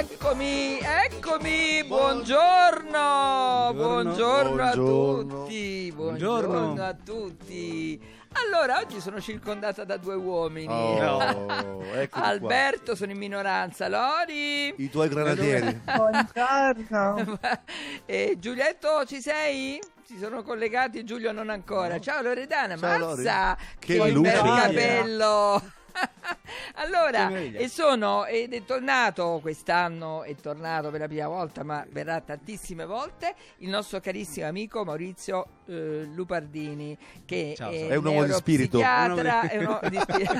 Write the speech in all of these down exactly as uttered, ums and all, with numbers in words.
Eccomi, eccomi, buongiorno, buongiorno, buongiorno a tutti, buongiorno. buongiorno a tutti. Allora, oggi sono circondata da due uomini. Oh, Alberto, qua. sono in minoranza. Lori, i tuoi granatieri. Buongiorno. E Giulietto, ci sei? Si sono collegati, Giulio non ancora. Ciao Loredana, Ciao, mazza, Lori. che, che bel capello. Allora, che e sono ed è tornato quest'anno, è tornato per la prima volta, ma verrà tantissime volte, il nostro carissimo amico Maurizio eh, Lupardini, che Ciao, è, è un uomo di spirito. Neuropsichiatra, è un uomo di spirito.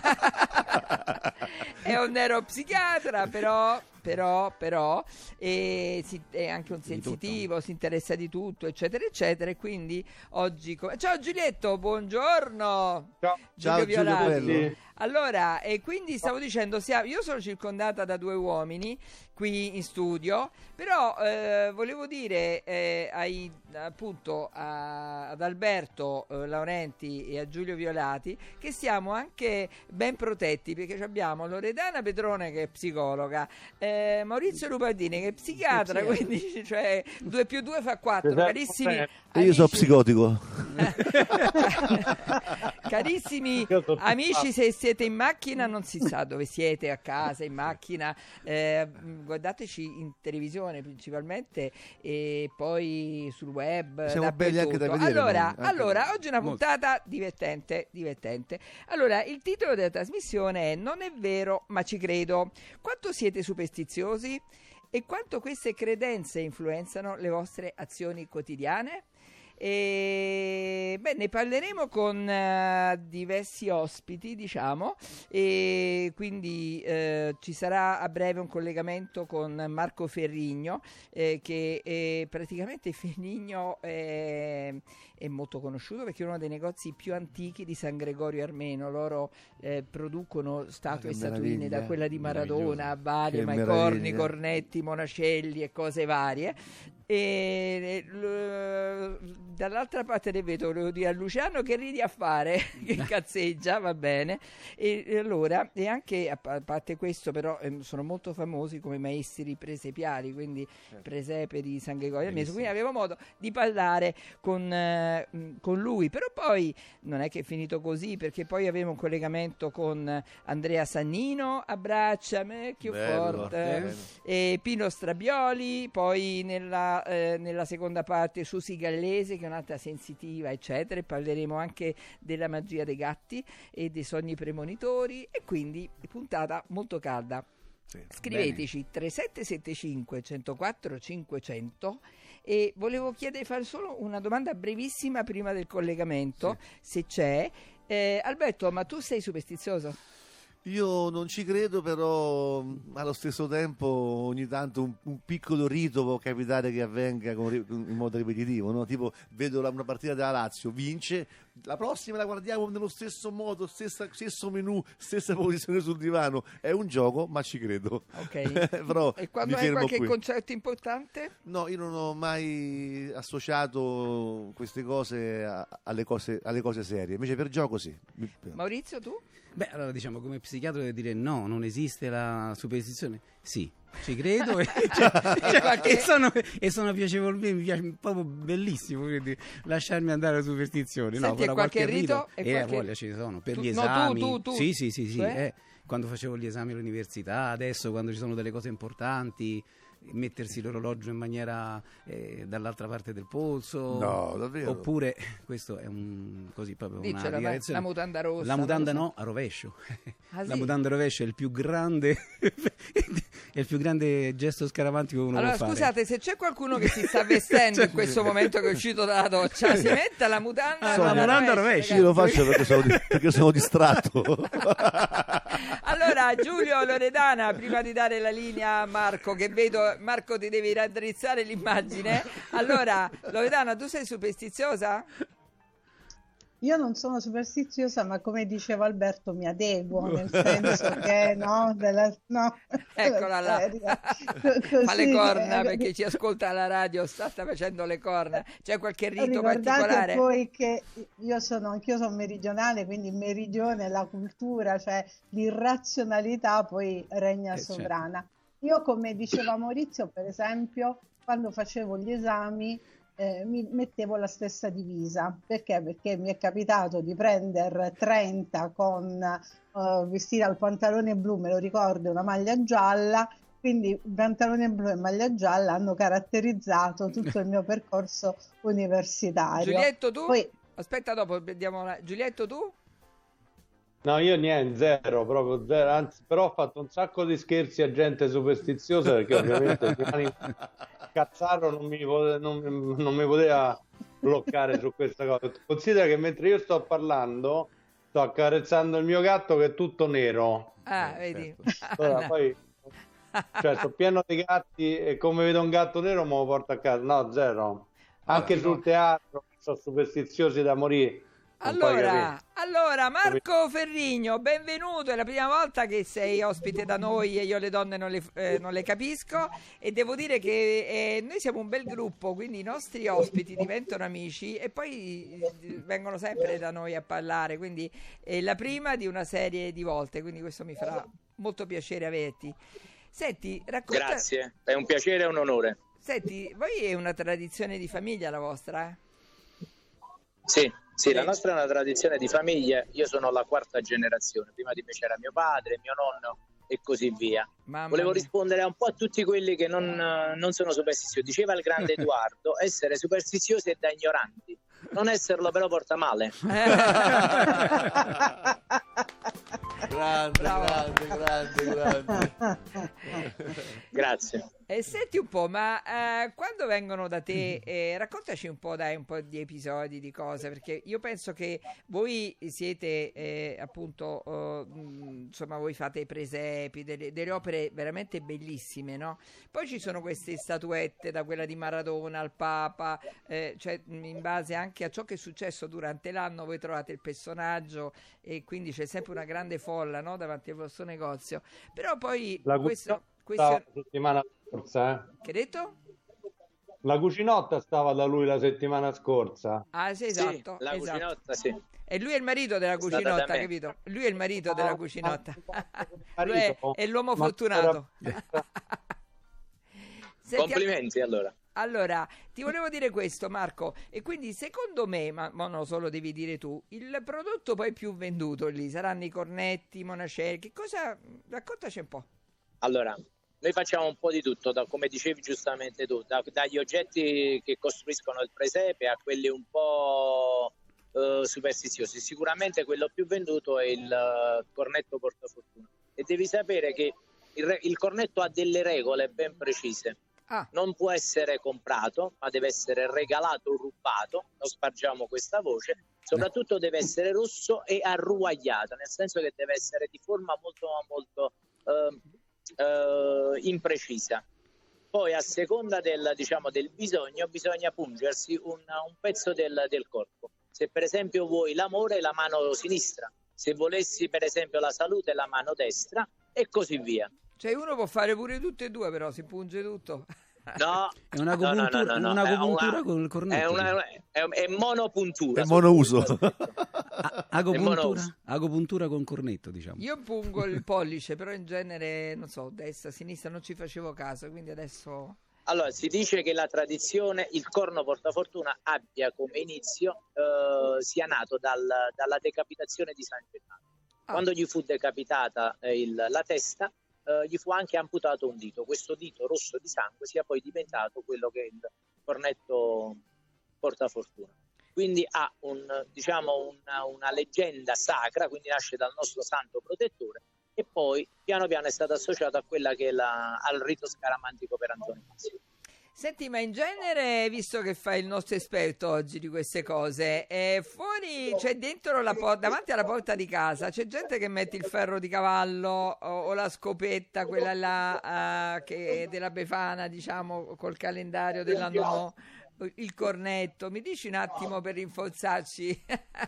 È un neuropsichiatra, però però, però e si, è anche un sensitivo, si interessa di tutto, eccetera, eccetera. E quindi oggi... Ciao Giulietto, buongiorno. Ciao, Ciao Giulio Bello. Allora, e quindi stavo dicendo, io sono circondata da due uomini qui in studio, però eh, volevo dire eh, ai, appunto a, ad Alberto eh, Laurenti e a Giulio Violati che siamo anche ben protetti, perché abbiamo Loredana Pedrone che è psicologa, eh, Maurizio Lupardini che è psichiatra, quindi cioè due più due fa quattro, carissimi io amici, sono psicotico. Carissimi amici, se siete in macchina, non si sa dove siete, a casa, in macchina, eh, guardateci in televisione principalmente e poi sul web. Siamo belli anche da vedere. Allora, noi, allora oggi è una puntata divertente, divertente. Allora, il titolo della trasmissione è Non è vero, ma ci credo. Quanto siete superstiziosi e quanto queste credenze influenzano le vostre azioni quotidiane? E, beh, ne parleremo con uh, diversi ospiti, diciamo, e quindi uh, ci sarà a breve un collegamento con Marco Ferrigno, eh, che è praticamente Ferrigno è, è molto conosciuto perché è uno dei negozi più antichi di San Gregorio Armeno. Loro eh, producono statue e statuine, da quella di Maradona a varie, ma i corni, cornetti, monacelli e cose varie. E l- dall'altra parte del vetro volevo dire a Luciano che ridi a fare, che cazzeggia, va bene. E, e allora, e anche a, a parte questo, però eh, sono molto famosi come maestri presepiari, quindi presepe di San Gregorio Armeno, quindi avevo modo di parlare con, eh, con lui. Però poi non è che è finito così, perché poi avevo un collegamento con Andrea Sannino, abbracciami, più forte, e Pino Strabioli, poi nella Eh, nella seconda parte Susi Gallese, che è un'altra sensitiva, eccetera, e parleremo anche della magia dei gatti e dei sogni premonitori, e quindi puntata molto calda. Sì, scriveteci tre sette sette cinque uno zero quattro cinquecento. E volevo chiedere, fare solo una domanda brevissima prima del collegamento, sì, se c'è. eh, Alberto, ma tu sei superstizioso? Io non ci credo, però allo stesso tempo ogni tanto un, un piccolo rito può capitare che avvenga con, in modo ripetitivo, no? Tipo vedo la, una partita della Lazio, vince, la prossima la guardiamo nello stesso modo, stessa, stesso menù, stessa posizione sul divano. È un gioco, ma ci credo. Ok. Però e quando mi hai fermo qualche qui. concerto importante? No, io non ho mai associato queste cose a, alle cose alle cose serie, invece per gioco sì. Maurizio, tu? Beh, allora diciamo, come psichiatra devo dire no, non esiste la superstizione. Sì, ci credo e, cioè, cioè, e, sono, e sono piacevolmente, mi piace proprio bellissimo, quindi lasciarmi andare alla superstizione. Senti, no, però qualche, qualche rito? E eh, qualche... voglia ci sono, per tu, gli esami. No, tu, tu, tu. Sì, sì, sì, sì. Cioè? Eh, quando facevo gli esami all'università, adesso quando ci sono delle cose importanti, mettersi l'orologio in maniera eh, dall'altra parte del polso, no, davvero? Oppure questo è un così proprio Dice una la, dichiarazione. la mutanda rossa, la mutanda so. no, a rovescio. Ah, la sì? mutanda a rovescio è il più grande è il più grande gesto scaramantico che uno allora, può scusate, fare. se c'è qualcuno che si sta vestendo in questo momento che è uscito dalla doccia, si metta la mutanda, ah, la mutanda a rovescio. Io lo faccio perché sono, di, perché sono distratto. Allora, Giulio, Loredana, prima di dare la linea a Marco, che vedo, Marco ti devi raddrizzare l'immagine. Allora, Loredana, tu sei superstiziosa? Io non sono superstiziosa, ma come diceva Alberto mi adeguo, nel senso che no, della, no eccola là, così, fa le corna eh, perché ci ascolta alla radio, sta, sta facendo le corna. C'è qualche rito ricordate particolare? Poi che io sono, anch'io sono meridionale, quindi il meridione, la cultura, cioè l'irrazionalità poi regna eh, sovrana. Certo. io, come diceva Maurizio, per esempio, quando facevo gli esami eh, mi mettevo la stessa divisa. Perché? Perché mi è capitato di prendere trenta con uh, vestire al pantalone blu, me lo ricordo, una maglia gialla, quindi pantalone blu e maglia gialla hanno caratterizzato tutto il mio percorso universitario. Giulietto, tu? Poi, Aspetta, dopo vediamo la... Giulietto, tu? No, io niente, zero, proprio zero, anzi, però ho fatto un sacco di scherzi a gente superstiziosa perché ovviamente Giovanni Cazzaro non mi, pote- non, non mi poteva bloccare su questa cosa. Considera che mentre io sto parlando sto accarezzando il mio gatto che è tutto nero. Ah, Eh, vedi? certo. Allora, poi, cioè, sto pieno di gatti e come vedo un gatto nero me lo porto a casa. No, zero. Anche Ottimo. sul teatro sono superstiziosi da morire. Non puoi Allora, capire. allora, Marco Ferrigno, benvenuto, è la prima volta che sei ospite da noi e io le donne non le, eh, non le capisco, e devo dire che eh, noi siamo un bel gruppo, quindi i nostri ospiti diventano amici e poi eh, vengono sempre da noi a parlare, quindi è la prima di una serie di volte, quindi questo mi farà molto piacere averti. Senti, racconta... Grazie, è un piacere e un onore. Senti, voi è una tradizione di famiglia la vostra? Eh? Sì, sì, la nostra è una tradizione di famiglia, io sono la quarta generazione, prima di me c'era mio padre, mio nonno e così via. Mamma Volevo mia. rispondere un po' a tutti quelli che non, non sono superstiziosi. Diceva il grande Edoardo, essere superstiziosi è da ignoranti, non esserlo però porta male. Grande, Bravo. grande, grande, grande. Grazie. E senti un po', ma eh, quando vengono da te, eh, raccontaci un po', dai, un po' di episodi, di cose, perché io penso che voi siete eh, appunto, eh, mh, insomma, voi fate i presepi, delle, delle opere veramente bellissime, no? Poi ci sono queste statuette, da quella di Maradona al Papa, eh, cioè mh, in base anche a ciò che è successo durante l'anno, voi trovate il personaggio e quindi c'è sempre una grande folla, no? Davanti al vostro negozio. Però poi La questo... stava questo... la settimana scorsa, eh? Che hai detto? La cucinotta stava da lui la settimana scorsa. Ah, sì, esatto. Sì, la esatto. cucinotta, sì. E lui è il marito della stata cucinotta, da me. capito? Lui è il marito della Ah, cucinotta. ah, Lui è, marito. è l'uomo Ma fortunato. Senti, Complimenti allora. allora, ti volevo dire questo, Marco, e quindi secondo me, ma, ma non lo so, lo devi dire tu, il prodotto poi più venduto lì saranno i cornetti, i monacelli, che cosa... Raccontaci un po'. Allora, noi facciamo un po' di tutto, da, come dicevi giustamente tu, da- dagli oggetti che costruiscono il presepe a quelli un po' eh, superstiziosi. Sicuramente quello più venduto è il eh, cornetto portafortuna. E devi sapere che il, re- il cornetto ha delle regole ben precise. Ah, Non può essere comprato, ma deve essere regalato o rubato, non spargiamo questa voce. Soprattutto deve essere rosso e arruagliato, nel senso che deve essere di forma molto molto eh, eh, imprecisa. Poi a seconda del, diciamo, del bisogno bisogna pungersi un, un pezzo del, del corpo. Se per esempio vuoi l'amore, la mano sinistra, se volessi per esempio la salute, la mano destra e così via. cioè uno può fare pure tutte e due, però si punge tutto. No, È una no, no, no, agopuntura, no, no, una è agopuntura una- con il È, cornetto. una, è, è monopuntura. È monouso. A- agopuntura, monouso. agopuntura con cornetto, diciamo. Io pungo il pollice, però in genere, non so, destra, sinistra, non ci facevo caso, quindi adesso... Allora, si dice che la tradizione, il corno portafortuna abbia come inizio, eh, sia nato dal- dalla decapitazione di San Gennaro. Ah. Quando gli fu decapitata eh, il- la testa, eh, gli fu anche amputato un dito. Questo dito rosso di sangue sia poi diventato quello che è il cornetto portafortuna. Quindi ha un, diciamo, una, una leggenda sacra, quindi nasce dal nostro santo protettore e poi piano piano è stato associato a quella che è la, al rito scaramantico per Antoninezio. Senti, ma in genere, visto che fai il nostro esperto oggi di queste cose, eh, fuori, cioè dentro la porta, davanti alla porta di casa, c'è gente che mette il ferro di cavallo o, o la scopetta, quella là, eh, che è della Befana, diciamo, col calendario dell'anno, il cornetto. Mi dici un attimo per rinforzarci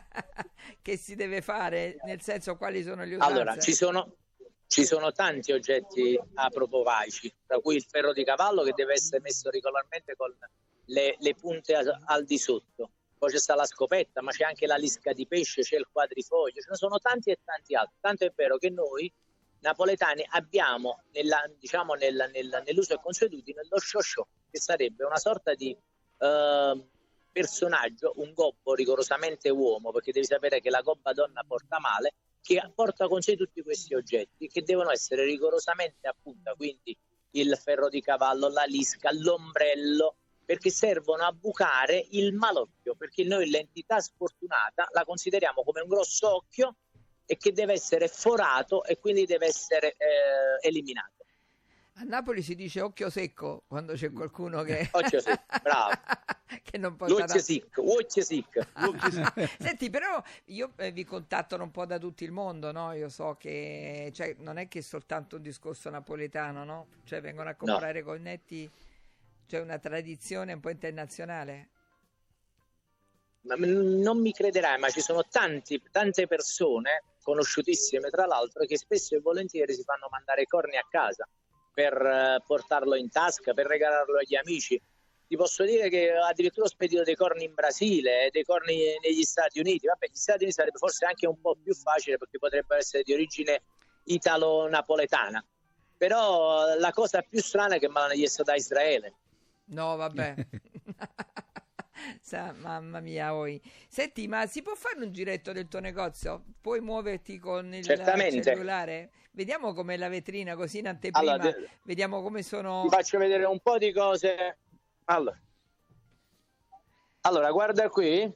che si deve fare, nel senso quali sono le usanze? Allora, ci sono, ci sono tanti oggetti apropovaici, tra cui il ferro di cavallo che deve essere messo regolarmente con le, le punte al, al di sotto. Poi c'è sta la scopetta, ma c'è anche la lisca di pesce, c'è il quadrifoglio, ce ne sono tanti e tanti altri. Tanto è vero che noi napoletani abbiamo nella, diciamo nella, nella, nell'uso e consuetudine lo sciosciò, che sarebbe una sorta di eh, personaggio, un gobbo rigorosamente uomo, perché devi sapere che la gobba donna porta male, che porta con sé tutti questi oggetti che devono essere rigorosamente a punta, quindi il ferro di cavallo, la lisca, l'ombrello, perché servono a bucare il malocchio, perché noi l'entità sfortunata la consideriamo come un grosso occhio e che deve essere forato e quindi deve essere eh, eliminato. A Napoli si dice occhio secco quando c'è qualcuno che... Occhio secco, bravo. Che non porta Occhio secco, occhio secco. Senti, però io eh, vi contattano un po' da tutto il mondo, no? Io so che cioè, non è che è soltanto un discorso napoletano, no? Cioè vengono a comprare no. cornetti, c'è una tradizione un po' internazionale. Ma non mi crederai, ma ci sono tanti, tante persone, conosciutissime tra l'altro, che spesso e volentieri si fanno mandare i corni a casa per uh, portarlo in tasca, per regalarlo agli amici. Ti posso dire che addirittura ho spedito dei corni in Brasile, dei corni negli Stati Uniti. Vabbè, gli Stati Uniti sarebbe forse anche un po' più facile perché potrebbero essere di origine italo-napoletana. Però la cosa più strana è che me l'hanno chiesto da Israele. No, vabbè. Sa, mamma mia, oi. Senti, ma si può fare un giretto del tuo negozio? Puoi muoverti con il Certamente. cellulare? Vediamo com'è la vetrina, così in anteprima. Allora, te... Vediamo come sono... Ti faccio vedere un po' di cose... Allora, allora guarda qui.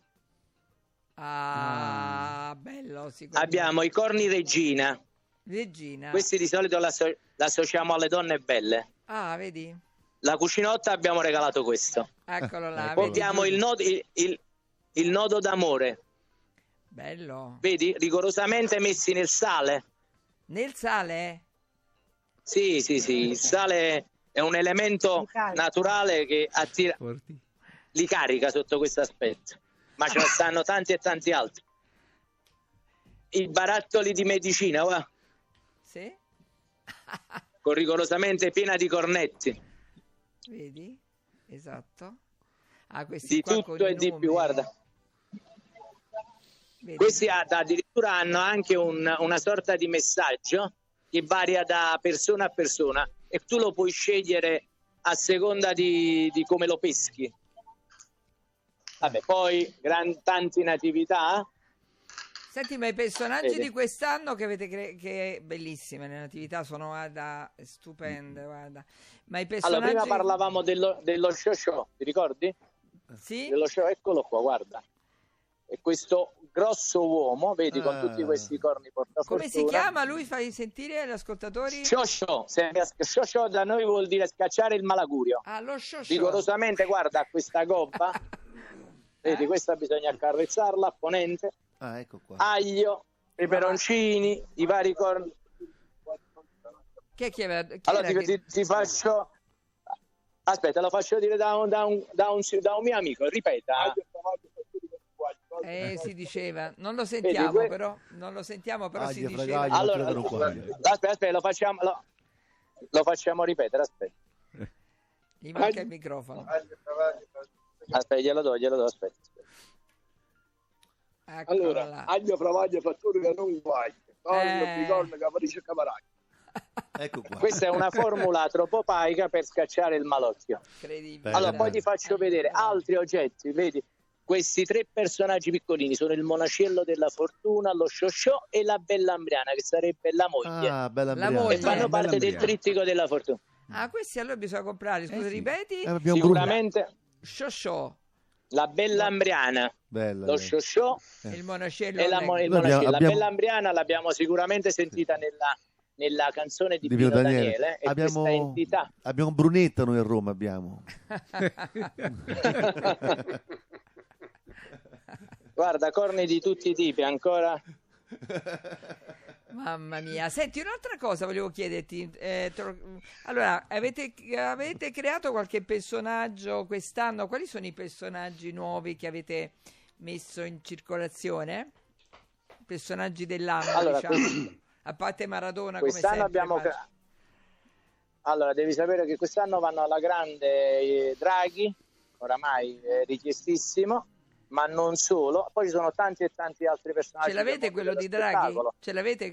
Ah, bello. Abbiamo i corni regina. Regina. Questi di solito l'asso- l'associamo alle donne belle. Ah, vedi? La cucinotta abbiamo regalato questo. Eccolo là. Poi abbiamo il nodo, il, il, il nodo d'amore. Bello. Vedi? Rigorosamente messi nel sale. Nel sale? Sì, sì, sì. Il sale... è un elemento naturale che attira, li carica sotto questo aspetto, ma ce ne stanno tanti e tanti altri. I barattoli di medicina, va? Sì? Con rigorosamente piena di cornetti. Vedi? Esatto. Ah, questi di qua tutto con e i di numeri. più, guarda. Vedi? Questi addirittura hanno anche un, una sorta di messaggio che varia da persona a persona e tu lo puoi scegliere a seconda di, di come lo peschi. Vabbè, poi gran, tanti natività. Senti, ma i personaggi Vedi. di quest'anno che avete cre- che bellissime, le natività sono guarda, stupende, guarda. Ma i personaggi... Allora, prima parlavamo dello, dello show, ti ricordi? Sì? Dello show, eccolo qua, guarda. E questo grosso uomo, vedi, con Ah. tutti questi corni portafortuna. Come si chiama lui? Fai sentire agli ascoltatori? Shosho, Shosho da noi vuol dire scacciare il malagurio. Ah, lo shosho. Rigorosamente, guarda questa gobba, vedi, Eh? questa bisogna accarezzarla a ponente, Ah, ecco qua. aglio, peperoncini, i vari corni. Chi è che aveva... chi Allora era ti, che- ti- ti faccio, aspetta, lo faccio dire da un, da un, da un, da un mio amico, ripeta. Eh, si diceva, non lo sentiamo que- però, non lo sentiamo però si Aglia, diceva. fragaglia. Allora, credono qua. aspetta, aspetta, lo facciamo, lo, lo facciamo ripetere, aspetta. Gli manca il microfono. Aspetta, glielo do, glielo do, aspetta. Eccola Allora, là. aglio, fravaglio, fatture che non guai, tonno, Eh. bigorno, caparice e camaracchio. Ecco qua. Questa è una formula tropopaica per scacciare il malocchio. Incredibile. Bene, Allora, bene. poi ti faccio vedere altri oggetti, vedi? Questi tre personaggi piccolini sono il monacello della fortuna, lo sciosciò e la bella Ambriana, che sarebbe la moglie. Ah, bella La Brianna. moglie. e fanno eh, parte bella del Ambriana. trittico della fortuna. Ah, questi allora bisogna comprarli, scusa, Eh sì. ripeti? Eh, abbiamo Bruno. Sicuramente Shosho, la bella Ambriana, Bella, lo bella. sciosciò il monacello. e la, leggo. mo- il Noi abbiamo- monacello. La abbiamo- bella Ambriana l'abbiamo sicuramente sentita nella, nella canzone di, Di Pino Pino Daniele, Daniele. e Abbiamo, questa entità. abbiamo Brunetta noi a Roma, abbiamo. Guarda, corni di tutti i tipi, ancora. Mamma mia, senti, un'altra cosa volevo chiederti. eh, tro- allora, avete, avete creato qualche personaggio quest'anno? Quali sono i personaggi nuovi che avete messo in circolazione? Personaggi dell'anno, Allora, diciamo. quest- A parte Maradona, come Quest'anno sempre. abbiamo. immagino. cre- Allora, devi sapere che quest'anno vanno alla grande eh, Draghi, oramai eh, richiestissimo, ma non solo. Poi ci sono tanti e tanti altri personaggi. Ce l'avete del mondo quello di dello Draghi? spettacolo. Ce l'avete?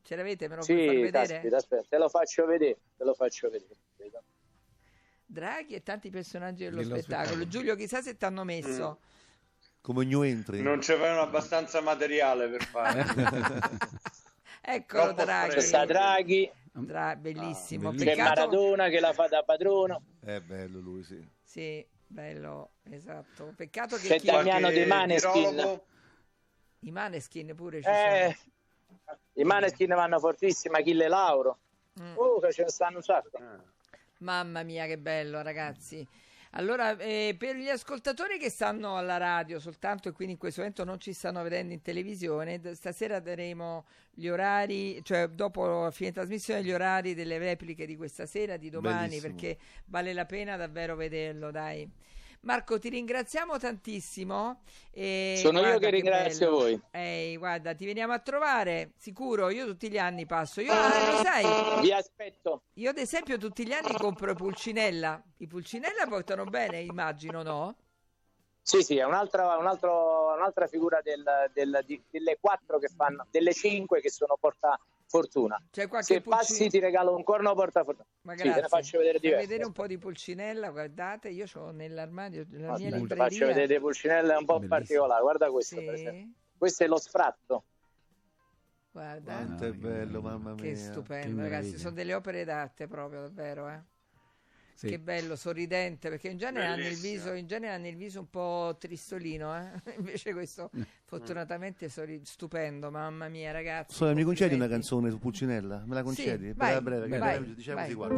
Ce l'avete? Me lo puoi far Sì, vedere? caspita, aspetta, te lo faccio vedere, te lo faccio vedere. Draghi e tanti personaggi dello, Dello spettacolo. spettacolo. Giulio, chissà se ti hanno messo. Come new entry. Non c'avevano abbastanza materiale per fare. Eccolo Troppo Draghi. C'è sta Draghi, Dra- bellissimo. Ah, c'è Peccato... Maradona che la fa da padrono, È bello lui, sì. Sì, bello, esatto. Peccato che c'è chi... Damiano Qualche De Maneskin. virologo? i Maneskin pure ci Eh, i Maneskin vanno fortissimi, Achille Lauro. sono. Mm. Oh, che ce ne stanno un sacco. Mamma mia, che bello, ragazzi. Allora, eh, per gli ascoltatori che stanno alla radio soltanto e quindi in questo momento non ci stanno vedendo in televisione, d- stasera daremo gli orari, cioè dopo la fine trasmissione, gli orari delle repliche di questa sera, di domani, Bellissimo. perché vale la pena davvero vederlo, dai. Marco, ti ringraziamo tantissimo. E Sono io guarda che ringrazio bello. voi. Ehi, guarda, ti veniamo a trovare, sicuro, io tutti gli anni passo. Io, eh, lo sai, Vi aspetto. io ad esempio tutti gli anni compro i Pulcinella. I Pulcinella portano bene, immagino, no? Sì, sì, è un'altra, un altro- un'altra figura del, del- di- delle quattro che fanno, delle cinque che sono porta fortuna. C'è qualche Se passi pulci- ti regalo un corno porta fortuna. Ma Sì, te ne grazie. faccio vedere Fai diverse. vedere un po' di Pulcinella, guardate, io ho nell'armadio la mia Aspetta, libreria. faccio vedere dei pulcinelle un po' Bellissimo. particolari. Guarda questo, per Sì, esempio. Questo è lo sfratto. guarda, Quanto è bello, mamma mia. che stupendo, Che ragazzi, meraviglia. sono delle opere d'arte proprio, davvero, eh. Sì. Che bello, sorridente, perché in genere hanno il Bellissimo. viso, in genere hanno il viso un po' tristolino, eh? Invece questo fortunatamente sorri- stupendo, mamma mia, ragazzi. Sole, mi concedi una complimenti. canzone su Pulcinella? Me la concedi? Sì, Per vai, la breve, che vai, breve, diciamo vai. così, guarda.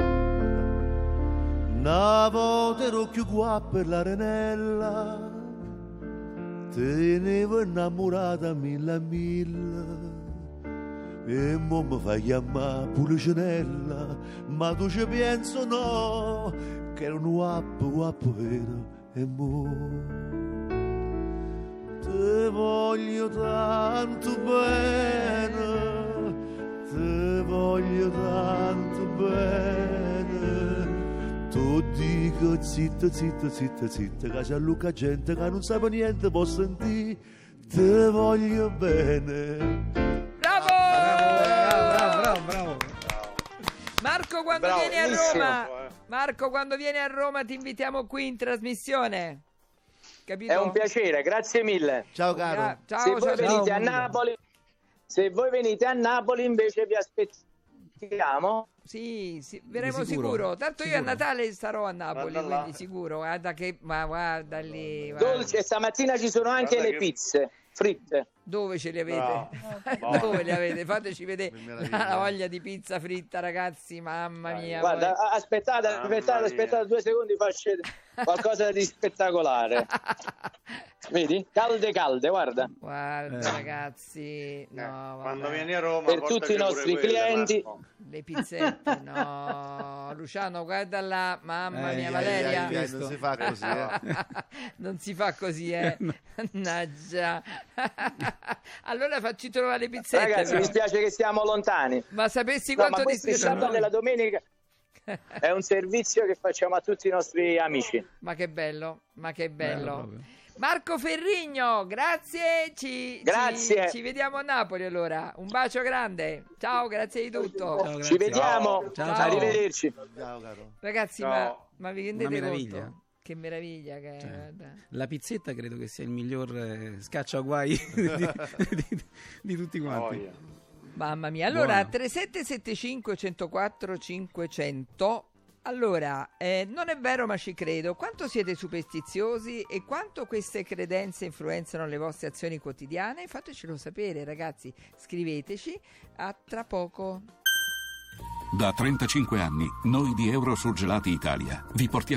Una volta ero più qua per l'arenella, tenevo innamorata mille e mille, e mo mi fai chiamare Pulcinella, ma tu ci penso no, che era un wap, wap vero, e mo te voglio tanto bene, te voglio tanto bene, tu dico zitta, zitta, zitta, zitta, che c'è Luca gente che non sa niente, può sentire, te voglio bene. Bravo! Bravo, bravo, bravo. Marco, quando Bravo, vieni a bellissimo. Roma, Eh. Marco, quando vieni a Roma ti invitiamo qui in trasmissione. Capito? È un piacere, grazie mille. Ciao caro. Gra- Ciao, se ciao, voi ciao. venite a Monica. Napoli, se voi venite a Napoli invece vi aspettiamo. Sì, sì, verremo Di sicuro. sicuro. Tanto io a Sicuro. Natale starò a Napoli, Guarda là. quindi sicuro. Guarda che, ma guarda lì. guarda. Dolce, stamattina ci sono anche Guarda le che- pizze fritte. Dove ce le avete? No. Dove le avete? Fateci vedere Che meraviglia. la voglia di pizza fritta, ragazzi. Mamma mia. Guarda, voi- a- aspettate, Mamma aspettate, mia. aspettate due secondi, faccio qualcosa di spettacolare. Vedi? Calde, calde, guarda. Guarda, Eh. ragazzi. No, Eh, vabbè. Quando vieni a Roma, Per portaci tutti i pure nostri quelle, clienti. Marco. Le pizzette, no. Luciano, guarda là. Mamma Eh, mia, ai, Valeria. Ai, ai, ai, non si fa così, eh. Non si fa così, eh. Mannaggia. Allora facci trovare le pizzette. Ragazzi, però. mi spiace che siamo lontani. Ma sapessi No, quanto ma ti questo il spiace? sabato e la domenica è un servizio che facciamo a tutti i nostri amici. Ma che bello, ma che Bello bello. proprio. Marco Ferrigno, grazie. Ci, Grazie. Ci, ci vediamo a Napoli allora. Un bacio grande. Ciao, grazie di tutto. Ciao, grazie. Ci vediamo. Ciao, ciao. Arrivederci. Ciao caro. Ragazzi, Ciao. ma, ma vi rendete Una meraviglia. conto? Che meraviglia che è. Cioè, guarda. La pizzetta credo che sia il miglior eh, scacciaguai di, di- di tutti quanti. Voglia. Mamma mia. Allora, Buono. tre sette sette cinque uno zero quattro cinquecento. Allora, eh, non è vero ma ci credo. Quanto siete superstiziosi e quanto queste credenze influenzano le vostre azioni quotidiane? Fatecelo sapere, ragazzi. Scriveteci. A tra poco. Da trentacinque anni, noi di Eurosurgelati Italia vi portiamo